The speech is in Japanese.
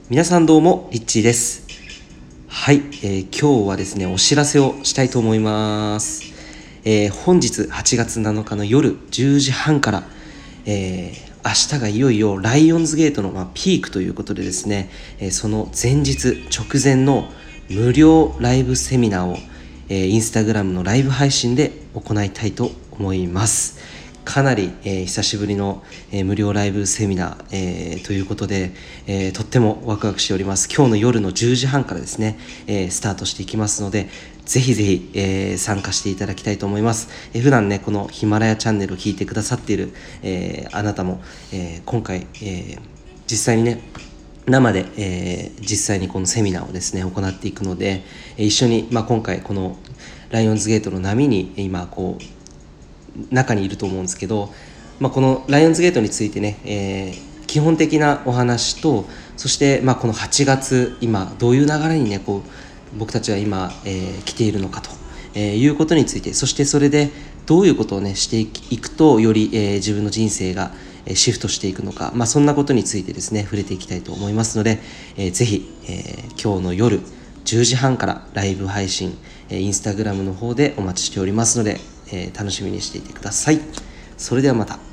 皆さんどうもリッチーです。はい、今日はですねお知らせをしたいと思います。本日8月7日の夜10時半から、明日がいよいよライオンズゲートの、ピークということでですね、その前日直前の無料ライブセミナーを、インスタグラムのライブ配信で行いたいと思います。かなり、久しぶりの、無料ライブセミナー、ということで、とってもワクワクしております。今日の夜の10時半からですね、スタートしていきますので、ぜひぜひ、参加していただきたいと思います。普段ねこのヒマラヤチャンネルを聞いてくださっている、あなたも、今回、実際にね生で、実際にこのセミナーをですね行っていくので、一緒に、今回このライオンズゲートの波に今こう中にいると思うんですけど、このライオンズゲートについてね、基本的なお話と、そして、この8月今どういう流れにねこう僕たちは今、来ているのかと、いうことについて、そしてそれでどういうことをねしていくとより、自分の人生がシフトしていくのか、そんなことについてですね触れていきたいと思いますので、ぜひ、今日の夜10時半からライブ配信、インスタグラムの方でお待ちしておりますので、楽しみにしていてください。それではまた。